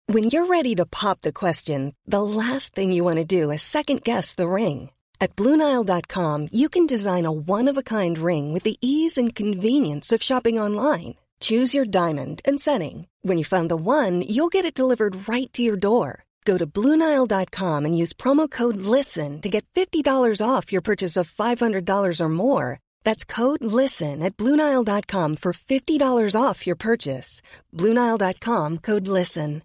When you're ready to pop the question, the last thing you want to do is second-guess the ring. At BlueNile.com, you can design a one-of-a-kind ring with the ease and convenience of shopping online. Choose your diamond and setting. When you find the one, you'll get it delivered right to your door. Go to BlueNile.com and use promo code LISTEN to get $50 off your purchase of $500 or more. That's code LISTEN at BlueNile.com for $50 off your purchase. BlueNile.com, code LISTEN.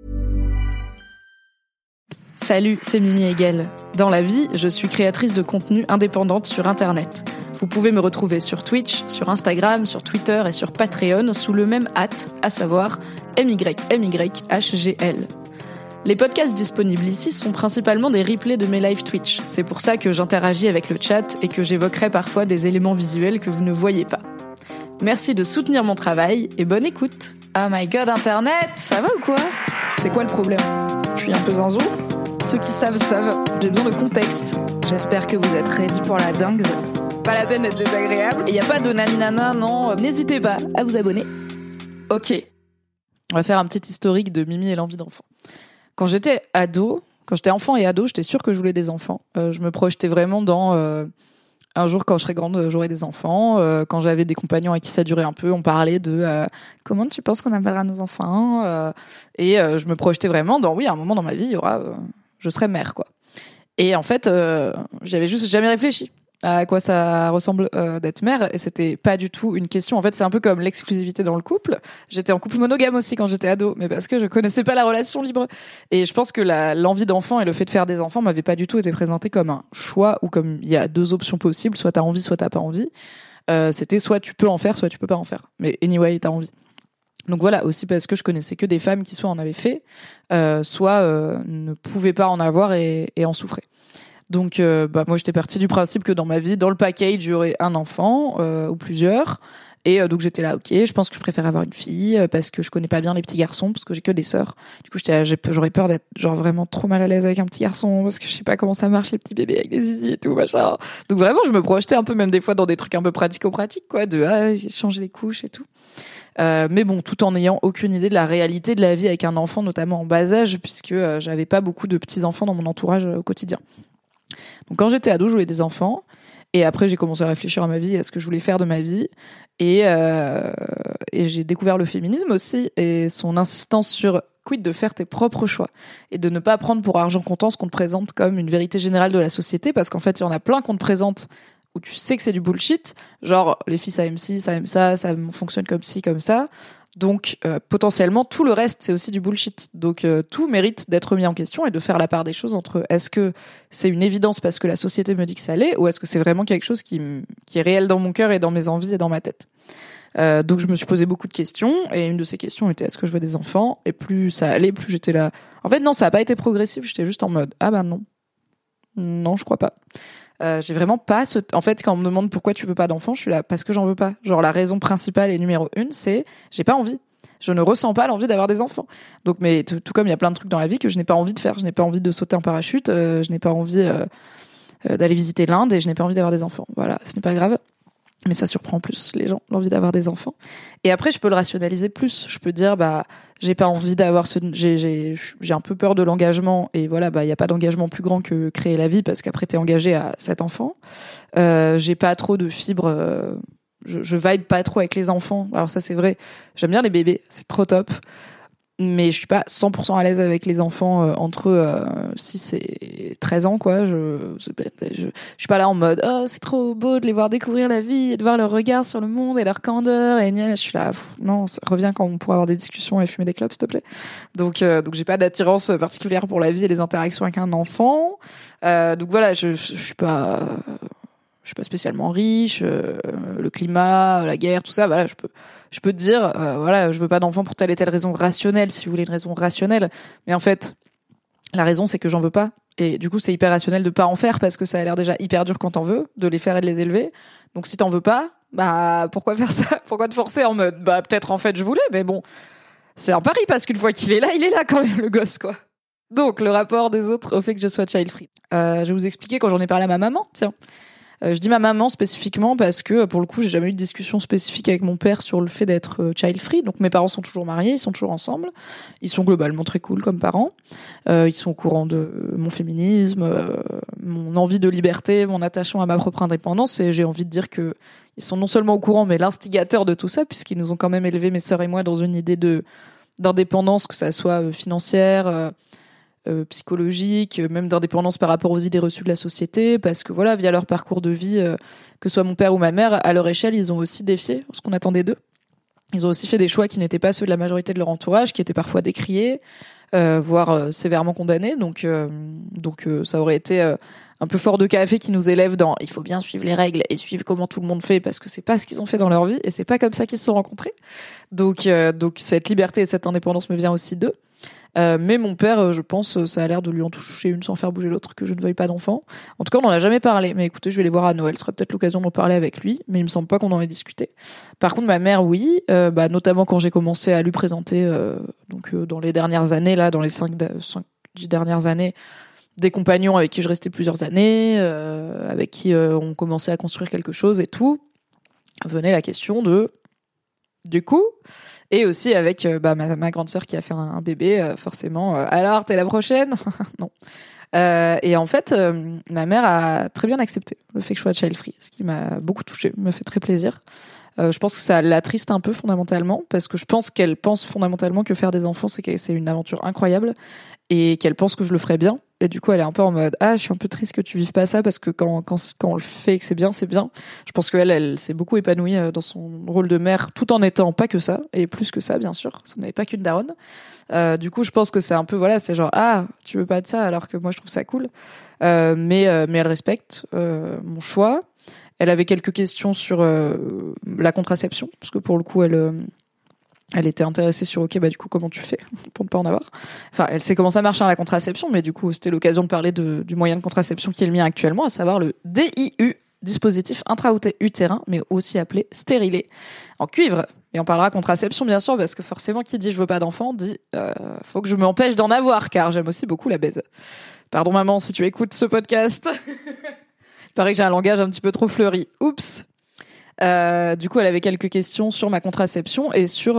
Salut, c'est Mimi Hegel. Dans la vie, je suis créatrice de contenu indépendante sur Internet. Vous pouvez me retrouver sur Twitch, sur Instagram, sur Twitter et sur Patreon sous le même hâte, à savoir MYMYHGL. Les podcasts disponibles ici sont principalement des replays de mes live Twitch. C'est pour ça que j'interagis avec le chat et que j'évoquerai parfois des éléments visuels que vous ne voyez pas. Merci de soutenir mon travail et bonne écoute. Oh my god, Internet, ça va ou quoi ? C'est quoi le problème ? Je suis un peu zinzou ? Ceux qui savent, j'ai besoin de contexte. J'espère que vous êtes ready pour la dingue. Pas la peine d'être désagréable. Et y a pas de naninana, non. N'hésitez pas à vous abonner. Ok. On va faire un petit historique de Mimi et l'envie d'enfant. Quand j'étais enfant et ado, j'étais sûre que je voulais des enfants. Je me projetais vraiment dans un jour, quand je serai grande, j'aurai des enfants. Quand j'avais des compagnons à qui ça durait un peu, on parlait de comment tu penses qu'on appellera nos enfants et je me projetais vraiment dans, oui, à un moment dans ma vie, il y aura, je serai mère, quoi. Et en fait, j'avais juste jamais réfléchi à quoi ça ressemble d'être mère, et c'était pas du tout une question. En fait, c'est un peu comme l'exclusivité dans le couple. J'étais en couple monogame aussi quand j'étais ado, mais parce que je connaissais pas la relation libre. Et je pense que l'envie d'enfant et le fait de faire des enfants m'avait pas du tout été présenté comme un choix ou comme il y a deux options possibles, soit t'as envie, soit t'as pas envie. C'était soit tu peux en faire, soit tu peux pas en faire. Mais anyway, t'as envie. Donc voilà, aussi parce que je connaissais que des femmes qui soit en avaient fait, soit ne pouvaient pas en avoir et en souffraient. Donc moi j'étais partie du principe que dans ma vie, dans le package, j'aurais un enfant ou plusieurs, et donc j'étais là, ok, je pense que je préfère avoir une fille parce que je connais pas bien les petits garçons, parce que j'ai que des sœurs. Du coup j'aurais peur d'être genre vraiment trop mal à l'aise avec un petit garçon, parce que je sais pas comment ça marche les petits bébés avec des zizi et tout machin. Donc vraiment je me projetais un peu, même des fois dans des trucs un peu pratico-pratiques, quoi, de changer les couches et tout. Mais bon, tout en n'ayant aucune idée de la réalité de la vie avec un enfant, notamment en bas âge, puisque j'avais pas beaucoup de petits enfants dans mon entourage au quotidien. Donc quand j'étais ado, je voulais des enfants, et après j'ai commencé à réfléchir à ma vie, à ce que je voulais faire de ma vie, et j'ai découvert le féminisme aussi et son insistance sur quid de faire tes propres choix et de ne pas prendre pour argent comptant ce qu'on te présente comme une vérité générale de la société, parce qu'en fait il y en a plein qu'on te présente où tu sais que c'est du bullshit, genre les filles ça aime ci, ça aime ça fonctionne comme ci, comme ça. Donc potentiellement tout le reste c'est aussi du bullshit. Donc tout mérite d'être mis en question et de faire la part des choses entre est-ce que c'est une évidence parce que la société me dit que ça l'est, ou est-ce que c'est vraiment quelque chose qui est réel dans mon cœur et dans mes envies et dans ma tête. Donc je me suis posé beaucoup de questions, et une de ces questions était est-ce que je veux des enfants, et plus ça allait, plus j'étais là. En fait non, ça a pas été progressif, j'étais juste en mode non je crois pas. J'ai vraiment pas en fait, quand on me demande pourquoi tu veux pas d'enfant, je suis là parce que j'en veux pas. Genre la raison principale et numéro 1, c'est j'ai pas envie. Je ne ressens pas l'envie d'avoir des enfants. Donc mais tout comme il y a plein de trucs dans la vie que je n'ai pas envie de faire, je n'ai pas envie de sauter en parachute, je n'ai pas envie d'aller visiter l'Inde, et je n'ai pas envie d'avoir des enfants. Voilà, ce n'est pas grave. Mais ça surprend plus les gens, l'envie d'avoir des enfants. Et après, je peux le rationaliser plus. Je peux dire, j'ai pas envie d'avoir j'ai un peu peur de l'engagement, et voilà, il y a pas d'engagement plus grand que créer la vie, parce qu'après t'es engagé à 7 enfants. J'ai pas trop de fibres, je vibe pas trop avec les enfants. Alors ça, c'est vrai. J'aime bien les bébés, c'est trop top. Mais je suis pas 100% à l'aise avec les enfants entre 6 et 13 ans, quoi. Je suis pas là en mode c'est trop beau de les voir découvrir la vie et de voir leur regard sur le monde et leur candeur, et je suis là non, reviens quand on pourra avoir des discussions et fumer des clopes, s'il te plaît. Donc j'ai pas d'attirance particulière pour la vie et les interactions avec un enfant. Donc voilà, je suis pas spécialement riche, le climat, la guerre, tout ça, voilà, je peux te dire, voilà, je veux pas d'enfant pour telle et telle raison rationnelle, si vous voulez une raison rationnelle. Mais en fait, la raison, c'est que j'en veux pas. Et du coup, c'est hyper rationnel de pas en faire, parce que ça a l'air déjà hyper dur quand t'en veux, de les faire et de les élever. Donc si t'en veux pas, pourquoi faire ça? Pourquoi te forcer en mode, peut-être en fait je voulais, mais bon, c'est un pari, parce qu'une fois qu'il est là quand même, le gosse, quoi. Donc, le rapport des autres au fait que je sois child free. Je vais vous expliquer quand j'en ai parlé à ma maman, tiens. Je dis ma maman spécifiquement parce que pour le coup j'ai jamais eu de discussion spécifique avec mon père sur le fait d'être child free. Donc mes parents sont toujours mariés, ils sont toujours ensemble, ils sont globalement très cool comme parents. Ils sont au courant de mon féminisme, mon envie de liberté, mon attachement à ma propre indépendance, et j'ai envie de dire que ils sont non seulement au courant mais l'instigateur de tout ça, puisqu'ils nous ont quand même élevés, mes sœurs et moi, dans une idée d'indépendance, que ça soit financière, psychologique, même d'indépendance par rapport aux idées reçues de la société, parce que voilà, via leur parcours de vie, que ce soit mon père ou ma mère, à leur échelle, ils ont aussi défié ce qu'on attendait d'eux. Ils ont aussi fait des choix qui n'étaient pas ceux de la majorité de leur entourage, qui étaient parfois décriés, voire sévèrement condamnés. Donc ça aurait été un peu fort de café qui nous élève dans il faut bien suivre les règles et suivre comment tout le monde fait, parce que c'est pas ce qu'ils ont fait dans leur vie et c'est pas comme ça qu'ils se sont rencontrés. Donc cette liberté et cette indépendance me vient aussi d'eux. Mais mon père, je pense, ça a l'air de lui en toucher une sans faire bouger l'autre, que je ne veuille pas d'enfant. En tout cas, on n'en a jamais parlé. Mais écoutez, je vais les voir à Noël. Ce sera peut-être l'occasion d'en parler avec lui. Mais il me semble pas qu'on en ait discuté. Par contre, ma mère, oui. Notamment quand j'ai commencé à lui présenter, dans les dernières années, là, dans les 5-10 dernières années, des compagnons avec qui je restais plusieurs années, avec qui on commençait à construire quelque chose et tout, venait la question du coup. Et aussi avec ma grande sœur qui a fait un bébé, forcément. Alors, t'es la prochaine? Non. Et en fait, ma mère a très bien accepté le fait que je sois child free, ce qui m'a beaucoup touchée, me fait très plaisir. Je pense que ça l'attriste un peu fondamentalement, parce que je pense qu'elle pense fondamentalement que faire des enfants, c'est une aventure incroyable, et qu'elle pense que je le ferais bien. Et du coup, elle est un peu en mode je suis un peu triste que tu vives pas ça, parce que quand on le fait et que c'est bien, c'est bien. Je pense qu'elle s'est beaucoup épanouie dans son rôle de mère, tout en étant pas que ça, et plus que ça, bien sûr. Ça n'avait pas qu'une daronne. Du coup, je pense que c'est un peu, voilà, c'est genre tu veux pas de ça, alors que moi je trouve ça cool. Mais elle respecte mon choix. Elle avait quelques questions sur la contraception, parce que pour le coup, elle était intéressée sur du coup comment tu fais pour ne pas en avoir. Enfin, elle sait comment ça marche la contraception, mais du coup c'était l'occasion de parler du moyen de contraception qui est le mien actuellement, à savoir le DIU, dispositif intra-utérin, mais aussi appelé stérilet, en cuivre. Et on parlera contraception bien sûr, parce que forcément qui dit je veux pas d'enfant dit faut que je m'empêche d'en avoir, car j'aime aussi beaucoup la baise. Pardon maman si tu écoutes ce podcast. Il paraît que j'ai un langage un petit peu trop fleuri. Oups. Du coup, elle avait quelques questions sur ma contraception et sur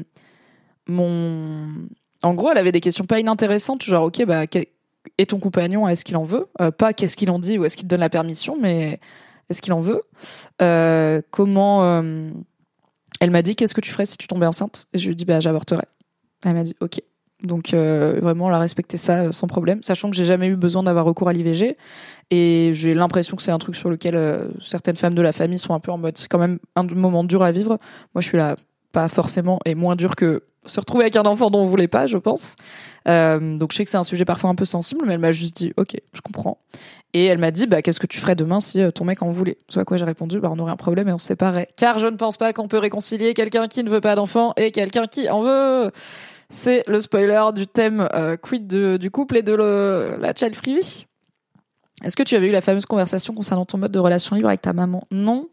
En gros, elle avait des questions pas inintéressantes, genre et ton compagnon, est-ce qu'il en veut? Pas qu'est-ce qu'il en dit ou est-ce qu'il te donne la permission, mais est-ce qu'il en veut? Comment Elle m'a dit qu'est-ce que tu ferais si tu tombais enceinte? Et je lui ai dit j'avorterais. Elle m'a dit ok. Donc vraiment, elle a respecté ça sans problème, sachant que j'ai jamais eu besoin d'avoir recours à l'IVG, et j'ai l'impression que c'est un truc sur lequel certaines femmes de la famille sont un peu en mode c'est quand même un moment dur à vivre. Moi je suis là pas forcément, et moins dur que se retrouver avec un enfant dont on voulait pas, je pense. Donc je sais que c'est un sujet parfois un peu sensible, mais elle m'a juste dit ok, je comprends. Et elle m'a dit qu'est-ce que tu ferais demain si ton mec en voulait? Ce à quoi j'ai répondu on aurait un problème et on se séparait, car je ne pense pas qu'on peut réconcilier quelqu'un qui ne veut pas d'enfant et quelqu'un qui en veut. C'est le spoiler du thème quid du couple et de la child free vie. Est-ce que tu avais eu la fameuse conversation concernant ton mode de relation libre avec ta maman? Non.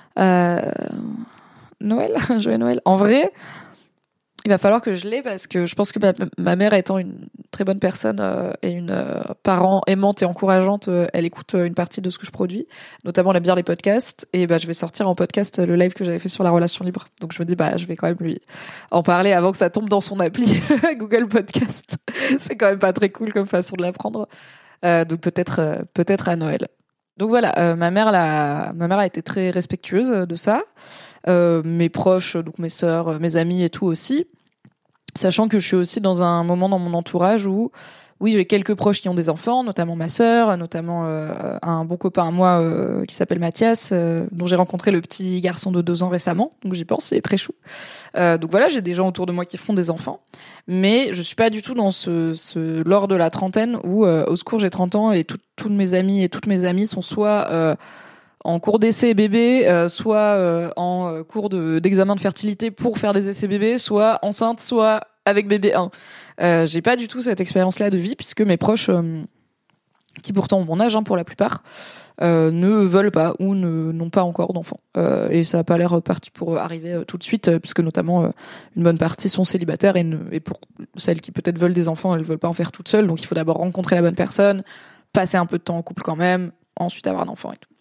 Noël, joyeux Noël. En vrai, il va falloir que je l'ai, parce que je pense que ma mère étant une très bonne personne et une parent aimante et encourageante, elle écoute une partie de ce que je produis, notamment elle aime bien les podcasts, et je vais sortir en podcast le live que j'avais fait sur la relation libre. Donc je me dis je vais quand même lui en parler avant que ça tombe dans son appli Google Podcast. C'est quand même pas très cool comme façon de l'apprendre. Donc peut-être à Noël. Donc voilà, ma mère a été très respectueuse de ça. Mes proches, donc mes sœurs, mes amis et tout aussi. Sachant que je suis aussi dans un moment dans mon entourage où, oui, j'ai quelques proches qui ont des enfants, notamment ma sœur, notamment un bon copain à moi qui s'appelle Mathias, dont j'ai rencontré le petit garçon de 2 ans récemment, donc j'y pense, c'est très chou. Donc voilà, j'ai des gens autour de moi qui font des enfants, mais je suis pas du tout dans lors de la trentaine où, au secours, j'ai 30 ans et tous mes amis et toutes mes amies sont soit en cours d'essai bébé, soit en cours d'examen de fertilité pour faire des essais bébés, soit enceinte, soit avec bébé 1. J'ai pas du tout cette expérience-là de vie, puisque mes proches, qui pourtant ont mon âge pour la plupart, ne veulent pas ou n'ont pas encore d'enfants. Et ça a pas l'air parti pour arriver tout de suite, puisque notamment une bonne partie sont célibataires, et pour celles qui peut-être veulent des enfants, elles veulent pas en faire toutes seules, donc il faut d'abord rencontrer la bonne personne, passer un peu de temps en couple quand même, ensuite avoir un enfant et tout.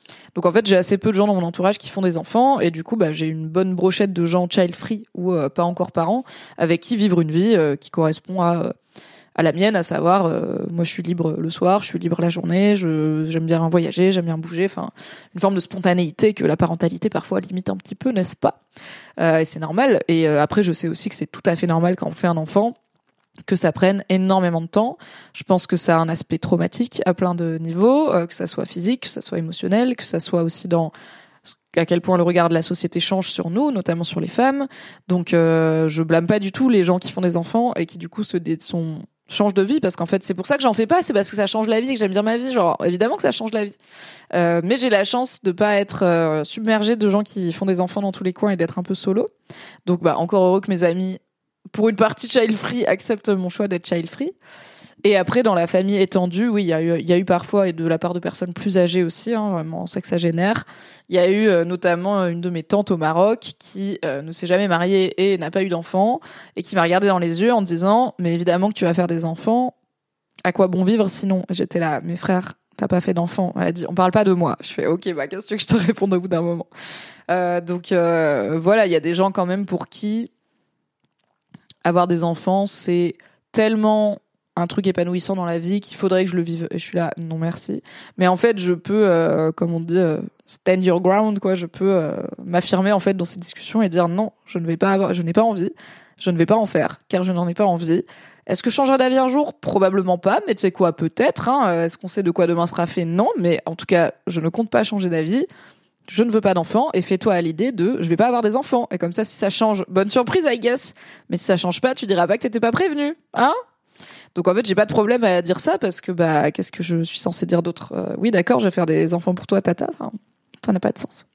Donc en fait, j'ai assez peu de gens dans mon entourage qui font des enfants, et du coup, j'ai une bonne brochette de gens child-free ou pas encore parents, avec qui vivre une vie qui correspond à la mienne, à savoir, moi je suis libre le soir, je suis libre la journée, j'aime bien voyager, j'aime bien bouger, enfin une forme de spontanéité que la parentalité parfois limite un petit peu, n'est-ce pas ? Et c'est normal. Et après, je sais aussi que c'est tout à fait normal quand on fait un enfant que ça prenne énormément de temps. Je pense que ça a un aspect traumatique à plein de niveaux, que ça soit physique, que ça soit émotionnel, que ça soit aussi dans à quel point le regard de la société change sur nous, notamment sur les femmes. Donc je blâme pas du tout les gens qui font des enfants et qui du coup changent de vie, parce qu'en fait c'est pour ça que j'en fais pas, c'est parce que ça change la vie et que j'aime bien ma vie, genre évidemment que ça change la vie. Mais j'ai la chance de pas être submergée de gens qui font des enfants dans tous les coins et d'être un peu solo. Donc encore heureux que mes amis, pour une partie child-free, acceptent mon choix d'être child-free. Et après, dans la famille étendue, oui, il y a eu parfois, et de la part de personnes plus âgées aussi, vraiment, on sait que ça génère. Il y a eu notamment une de mes tantes au Maroc qui ne s'est jamais mariée et n'a pas eu d'enfants, et qui m'a regardé dans les yeux en disant « Mais évidemment que tu vas faire des enfants, à quoi bon vivre sinon ?» J'étais là, mes frères, t'as pas fait d'enfants. Elle a dit « On parle pas de moi. » Je fais « Ok, qu'est-ce que tu veux que je te réponde au bout d'un moment ?» Donc voilà, il y a des gens quand même pour qui avoir des enfants, c'est tellement un truc épanouissant dans la vie qu'il faudrait que je le vive. Et je suis là, non merci. Mais en fait, je peux, comme on dit, stand your ground, quoi. Je peux m'affirmer en fait dans ces discussions et dire non, je n'ai pas envie, je ne vais pas en faire, car je n'en ai pas envie. Est-ce que je changerai d'avis un jour ? Probablement pas, mais tu sais quoi, peut-être. Est-ce qu'on sait de quoi demain sera fait ? Non, mais en tout cas, je ne compte pas changer d'avis. Je ne veux pas d'enfants, et fais-toi à l'idée de je vais pas avoir des enfants. Et comme ça, si ça change, bonne surprise, I guess. Mais si ça change pas, tu diras pas que t'étais pas prévenu, hein ? Donc en fait, j'ai pas de problème à dire ça, parce que qu'est-ce que je suis censée dire d'autre ? Oui, d'accord, je vais faire des enfants pour toi, tata. Enfin, ça n'a pas de sens.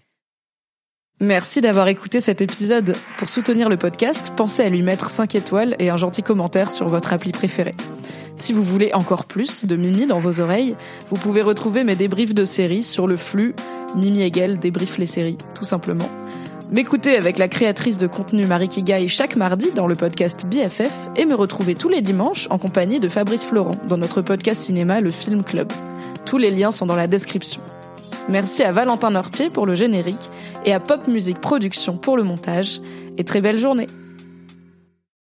Merci d'avoir écouté cet épisode. Pour soutenir le podcast, pensez à lui mettre 5 étoiles et un gentil commentaire sur votre appli préférée. Si vous voulez encore plus de Mimi dans vos oreilles, vous pouvez retrouver mes débriefs de séries sur le flux Mimi égale débrief les séries, tout simplement. M'écouter avec la créatrice de contenu Marie Kigai chaque mardi dans le podcast BFF, et me retrouver tous les dimanches en compagnie de Fabrice Florent dans notre podcast cinéma Le Film Club. Tous les liens sont dans la description. Merci à Valentin Nortier pour le générique et à Pop Music Production pour le montage, et très belle journée.